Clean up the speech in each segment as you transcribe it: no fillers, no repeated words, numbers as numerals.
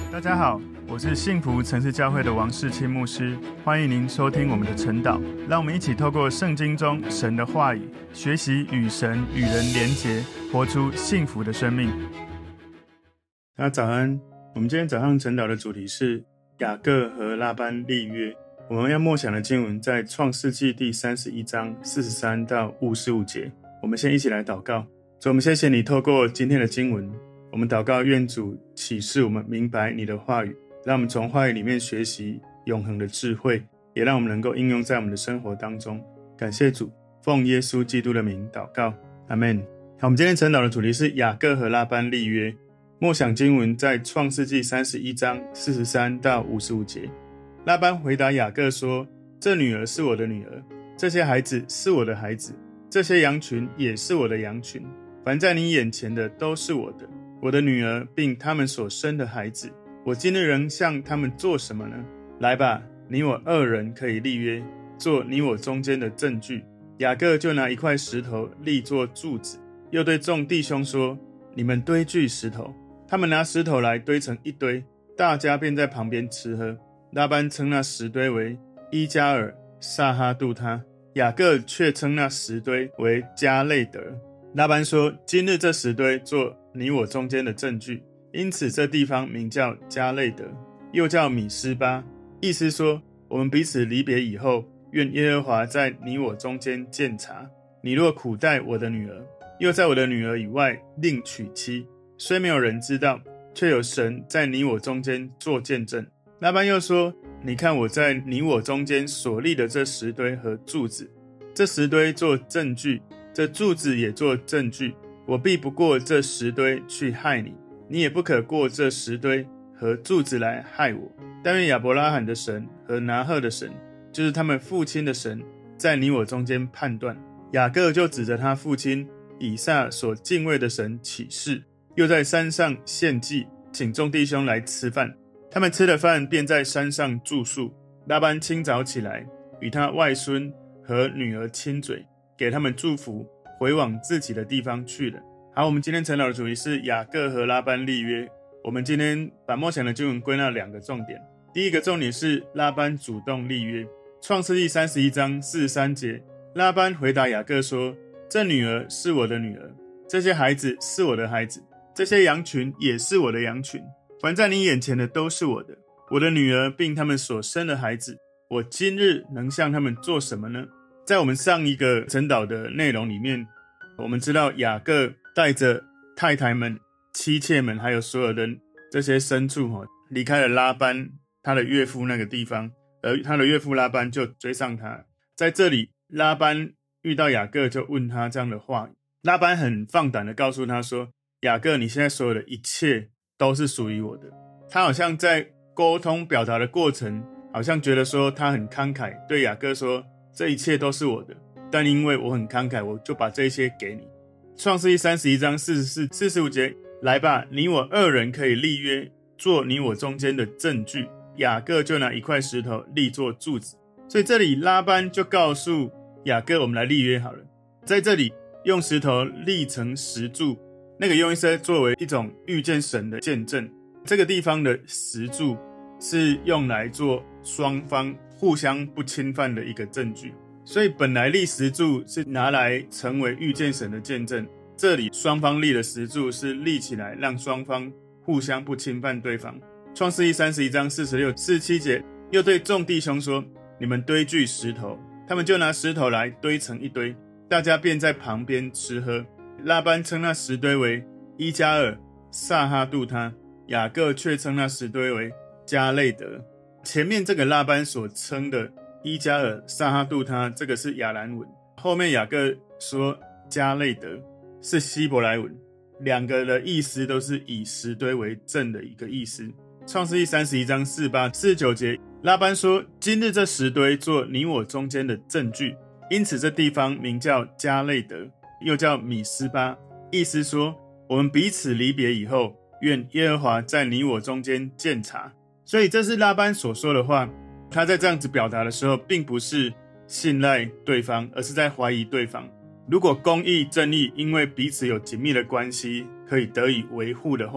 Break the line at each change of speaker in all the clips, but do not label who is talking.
大家好，我是幸福城市教会的王世清牧师，欢迎您收听我们的晨祷。让我们一起透过圣经中神的话语，学习与神与人连结，活出幸福的生命。大家早安，我们今天早上晨祷的主题是雅各和拉班立约。我们要默想的经文在创世纪第31章43到55节。我们先一起来祷告。主，我们谢谢你透过今天的经文，我们祷告愿主启示我们明白你的话语，让我们从话语里面学习永恒的智慧，也让我们能够应用在我们的生活当中。感谢主，奉耶稣基督的名祷告，阿们。好，我们今天晨祷的主题是雅各和拉班立约。默想经文在创世纪31章43到55节。拉班回答雅各说，这女儿是我的女儿，这些孩子是我的孩子，这些羊群也是我的羊群，凡在你眼前的都是我的，我的女儿并他们所生的孩子，我今日仍向他们做什么呢？来吧，你我二人可以立约，做你我中间的证据。雅各就拿一块石头立作柱子，又对众弟兄说，你们堆聚石头。他们拿石头来堆成一堆，大家便在旁边吃喝。拉班称那石堆为伊加尔撒哈杜他，雅各却称那石堆为加累德。拉班说，今日这石堆做你我中间的证据，因此这地方名叫加累德，又叫米斯巴，意思说，我们彼此离别以后，愿耶和华在你我中间鉴察。你若苦待我的女儿，又在我的女儿以外另娶妻，虽没有人知道，却有神在你我中间做见证。拉班又说，你看我在你我中间所立的这石堆和柱子，这石堆做证据，这柱子也做证据，我必不过这石堆去害你，你也不可过这石堆和柱子来害我。但愿亚伯拉罕的神和拿鹤的神，就是他们父亲的神，在你我中间判断。雅各就指着他父亲以撒所敬畏的神起誓，又在山上献祭，请众弟兄来吃饭。他们吃了饭，便在山上住宿。拉班清早起来，与他外孙和女儿亲嘴，给他们祝福，回往自己的地方去了。好，我们今天晨祷的主题是雅各和拉班立约。我们今天把默想的经文归纳两个重点。第一个重点是拉班主动立约。创世纪31章43节，拉班回答雅各说，这女儿是我的女儿，这些孩子是我的孩子，这些羊群也是我的羊群，凡在你眼前的都是我的，我的女儿并他们所生的孩子，我今日能向他们做什么呢？在我们上一个晨祷的内容里面，我们知道雅各带着太太们、妻妾们还有所有的这些牲畜离开了拉班他的岳父那个地方，而他的岳父拉班就追上他。在这里，拉班遇到雅各就问他这样的话，拉班很放胆的告诉他说，雅各，你现在所有的一切都是属于我的。他好像在沟通表达的过程，好像觉得说他很慷慨，对雅各说，这一切都是我的，但因为我很慷慨，我就把这一些给你。创世纪31章44、45节，来吧，你我二人可以立约，做你我中间的证据。雅各就拿一块石头立作柱子。所以这里拉班就告诉雅各，我们来立约好了。在这里用石头立成石柱，那个用意是作为一种遇见神的见证。这个地方的石柱是用来做双方互相不侵犯的一个证据，所以本来立石柱是拿来成为遇见神的见证，这里双方立的石柱是立起来让双方互相不侵犯对方。创世纪31章46、47节，又对众弟兄说，你们堆聚石头。他们就拿石头来堆成一堆，大家便在旁边吃喝。拉班称那石堆为伊加尔撒哈杜他，雅各却称那石堆为加累德。前面这个拉班所称的伊加尔撒哈杜他，这个是亚兰文，后面雅各说加累德是希伯来文，两个的意思都是以石堆为证的一个意思。创世纪31章48、49节，拉班说，今日这石堆做你我中间的证据，因此这地方名叫加累德，又叫米斯巴，意思说，我们彼此离别以后，愿耶和华在你我中间鉴察。所以这是拉班所说的话，他在这样子表达的时候，并不是信赖对方，而是在怀疑对方。如果公义正义因为彼此有紧密的关系可以得以维护的话，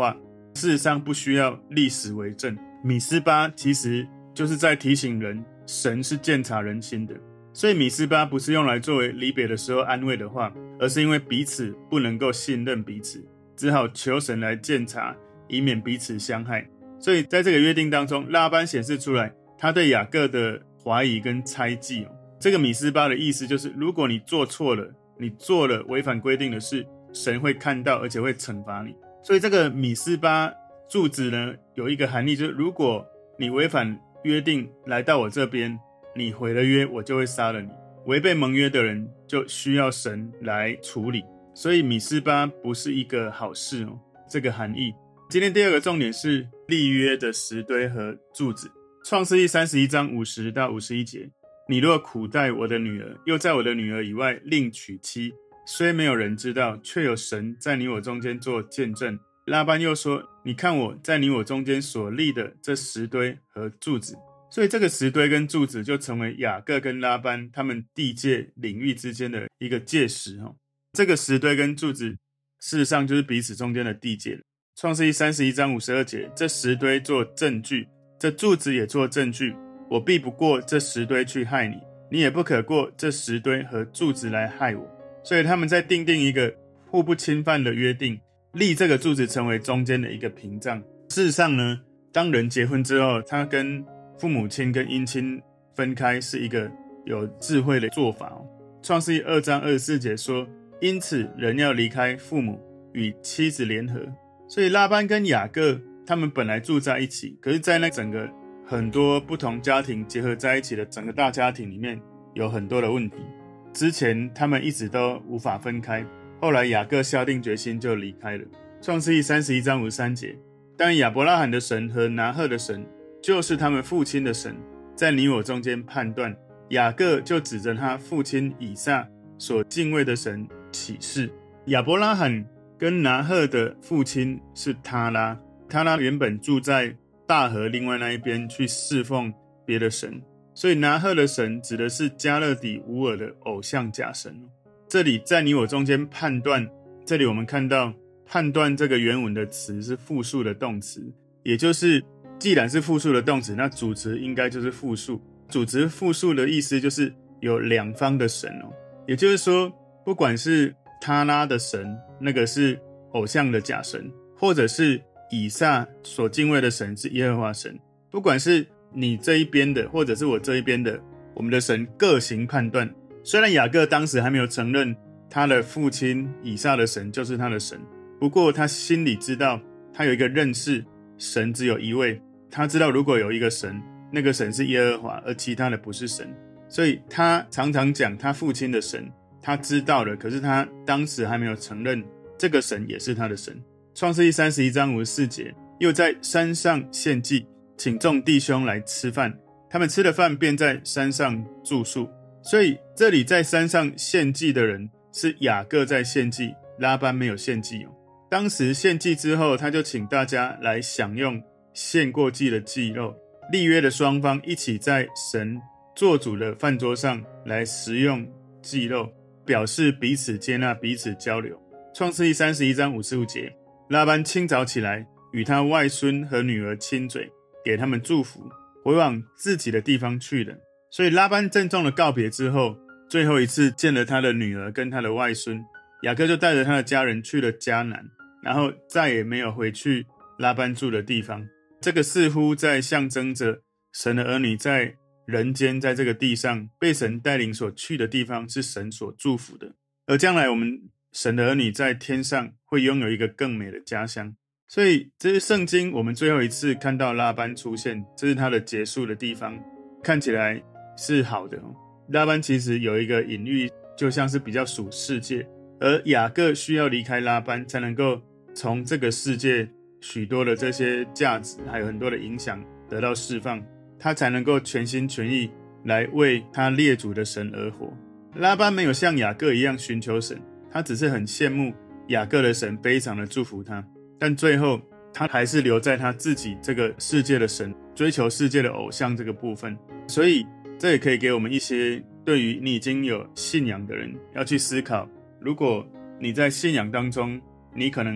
事实上不需要历史为证。米斯巴其实就是在提醒人，神是鉴察人心的。所以米斯巴不是用来作为离别的时候安慰的话，而是因为彼此不能够信任彼此，只好求神来鉴察，以免彼此相害。所以在这个约定当中，拉班显示出来他对雅各的怀疑跟猜忌。这个米斯巴的意思就是，如果你做错了，你做了违反规定的事，神会看到，而且会惩罚你。所以这个米斯巴柱子呢，有一个含义，就是如果你违反约定来到我这边，你毁了约，我就会杀了你。违背盟约的人就需要神来处理。所以米斯巴不是一个好事这个含义。今天第二个重点是立约的石堆和柱子。创世记31章50到51节，你若苦待我的女儿，又在我的女儿以外另娶妻，虽没有人知道，却有神在你我中间做见证。拉班又说，你看我在你我中间所立的这石堆和柱子。所以这个石堆跟柱子就成为雅各跟拉班他们地界领域之间的一个界石。这个石堆跟柱子事实上就是彼此中间的地界。创世记31章52节，这石堆做证据，这柱子也做证据，我必不过这石堆去害你，你也不可过这石堆和柱子来害我。所以他们在订定一个互不侵犯的约定，立这个柱子成为中间的一个屏障。事实上呢，当人结婚之后，他跟父母亲跟姻亲分开是一个有智慧的做法。创世记2章24节说，因此人要离开父母，与妻子联合。所以拉班跟雅各他们本来住在一起，可是在那整个很多不同家庭结合在一起的整个大家庭里面，有很多的问题。之前他们一直都无法分开，后来雅各下定决心就离开了。创世记31章53节，但亚伯拉罕的神和拿鹤的神，就是他们父亲的神，在你我中间判断。雅各就指着他父亲以撒所敬畏的神起誓。亚伯拉罕跟拿鹤的父亲是他拉，他拉原本住在大河另外那一边去侍奉别的神，所以拿鹤的神指的是加勒底乌尔的偶像假神。这里在你我中间判断，这里我们看到判断这个原文的词是复数的动词，也就是既然是复数的动词，那主词应该就是复数。主词复数的意思就是有两方的神也就是说，不管是他拉的神，那个是偶像的假神，或者是以撒所敬畏的神是耶和华神，不管是你这一边的，或者是我这一边的，我们的神各行判断。虽然雅各当时还没有承认他的父亲以撒的神就是他的神，不过他心里知道，他有一个认识，神只有一位。他知道如果有一个神，那个神是耶和华，而其他的不是神。所以他常常讲他父亲的神，他知道了，可是他当时还没有承认这个神也是他的神。创世记31章54节，又在山上献祭，请众弟兄来吃饭，他们吃了饭便在山上住宿。所以这里在山上献祭的人是雅各在献祭，拉班没有献祭当时献祭之后，他就请大家来享用献过祭的祭肉，立约的双方一起在神做主的饭桌上来食用祭肉，表示彼此接纳，彼此交流。创世记31章55节，拉班清早起来，与他外孙和女儿亲嘴，给他们祝福，回往自己的地方去了。所以拉班郑重的告别之后，最后一次见了他的女儿跟他的外孙，雅各就带着他的家人去了迦南，然后再也没有回去拉班住的地方。这个似乎在象征着神的儿女在人间，在这个地上被神带领所去的地方是神所祝福的，而将来我们神的儿女在天上会拥有一个更美的家乡。所以这是圣经我们最后一次看到拉班出现，这是他的结束的地方，看起来是好的拉班其实有一个隐喻，就像是比较属世界，而雅各需要离开拉班，才能够从这个世界许多的这些价值还有很多的影响得到释放，他才能够全心全意来为他列祖的神而活。拉班没有像雅各一样寻求神，他只是很羡慕雅各的神非常的祝福他，但最后他还是留在他自己这个世界的神，追求世界的偶像这个部分。所以这也可以给我们一些对于你已经有信仰的人要去思考，如果你在信仰当中你可能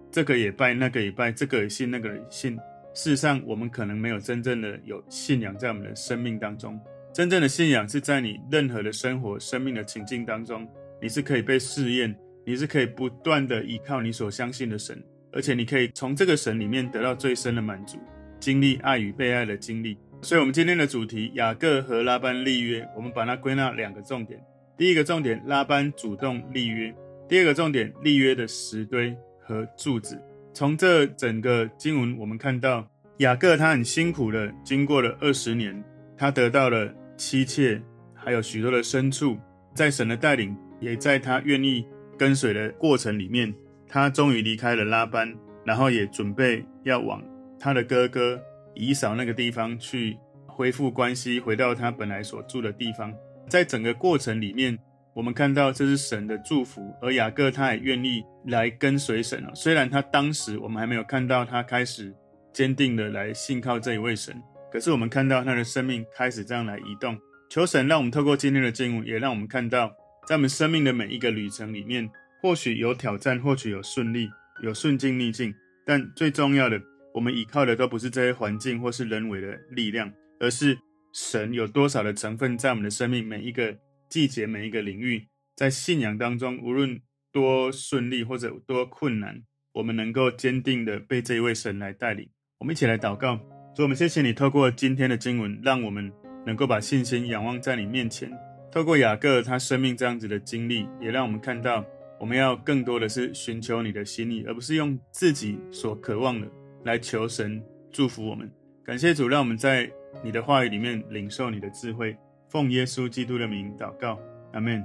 这个也拜，那个也拜，这个也信，那个也信。事实上，我们可能没有真正的有信仰在我们的生命当中。真正的信仰是在你任何的生活、生命的情境当中，你是可以被试验，你是可以不断的依靠你所相信的神，而且你可以从这个神里面得到最深的满足，经历爱与被爱的经历。所以我们今天的主题，雅各和拉班立约，我们把它归纳2个重点。第一个重点，拉班主动立约；第二个重点，立约的石堆和柱子。从这整个经文我们看到，雅各他很辛苦的经过了20年，他得到了妻妾还有许多的牲畜，在神的带领，也在他愿意跟随的过程里面，他终于离开了拉班，然后也准备要往他的哥哥以扫那个地方去恢复关系，回到他本来所住的地方。在整个过程里面，我们看到这是神的祝福，而雅各他也愿意来跟随神。虽然他当时我们还没有看到他开始坚定的来信靠这一位神，可是我们看到他的生命开始这样来移动。求神让我们透过今天的经文，也让我们看到在我们生命的每一个旅程里面，或许有挑战，或许有顺利，有顺境逆境，但最重要的，我们依靠的都不是这些环境或是人为的力量，而是神有多少的成分在我们的生命每一个季节、每一个领域，在信仰当中，无论多顺利或者多困难，我们能够坚定的被这一位神来带领。我们一起来祷告。主，我们谢谢你透过今天的经文，让我们能够把信心仰望在你面前。透过雅各他生命这样子的经历，也让我们看到我们要更多的是寻求你的心意，而不是用自己所渴望的来求神祝福我们。感谢主，让我们在你的话语里面领受你的智慧，奉耶稣基督的名祷告，阿们。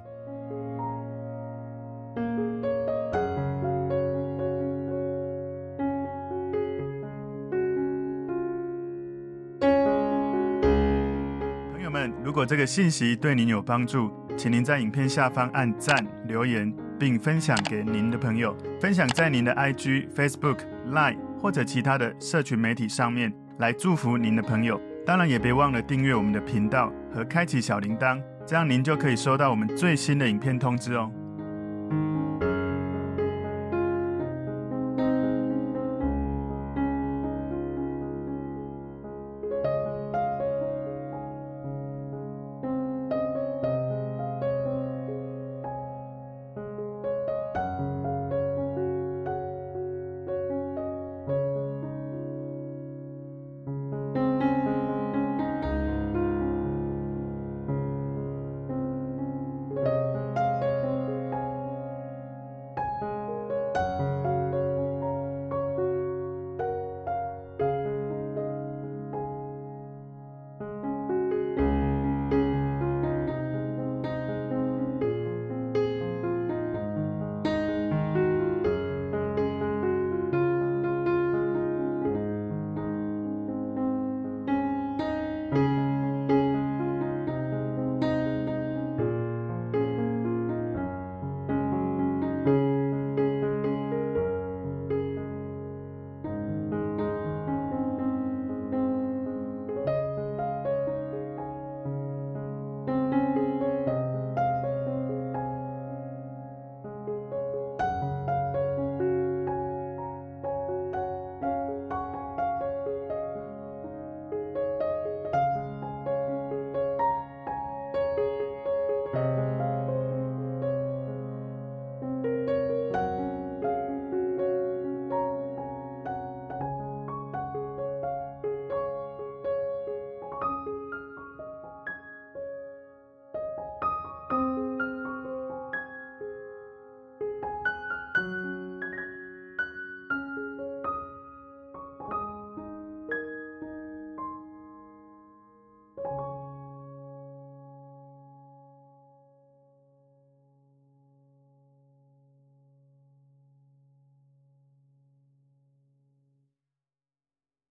朋友们，如果这个信息对您有帮助，请您在影片下方按赞、留言，并分享给您的朋友，分享在您的 IG、Facebook、Line 或者其他的社群媒体上面，来祝福您的朋友。当然也别忘了订阅我们的频道和开启小铃铛，这样您就可以收到我们最新的影片通知哦。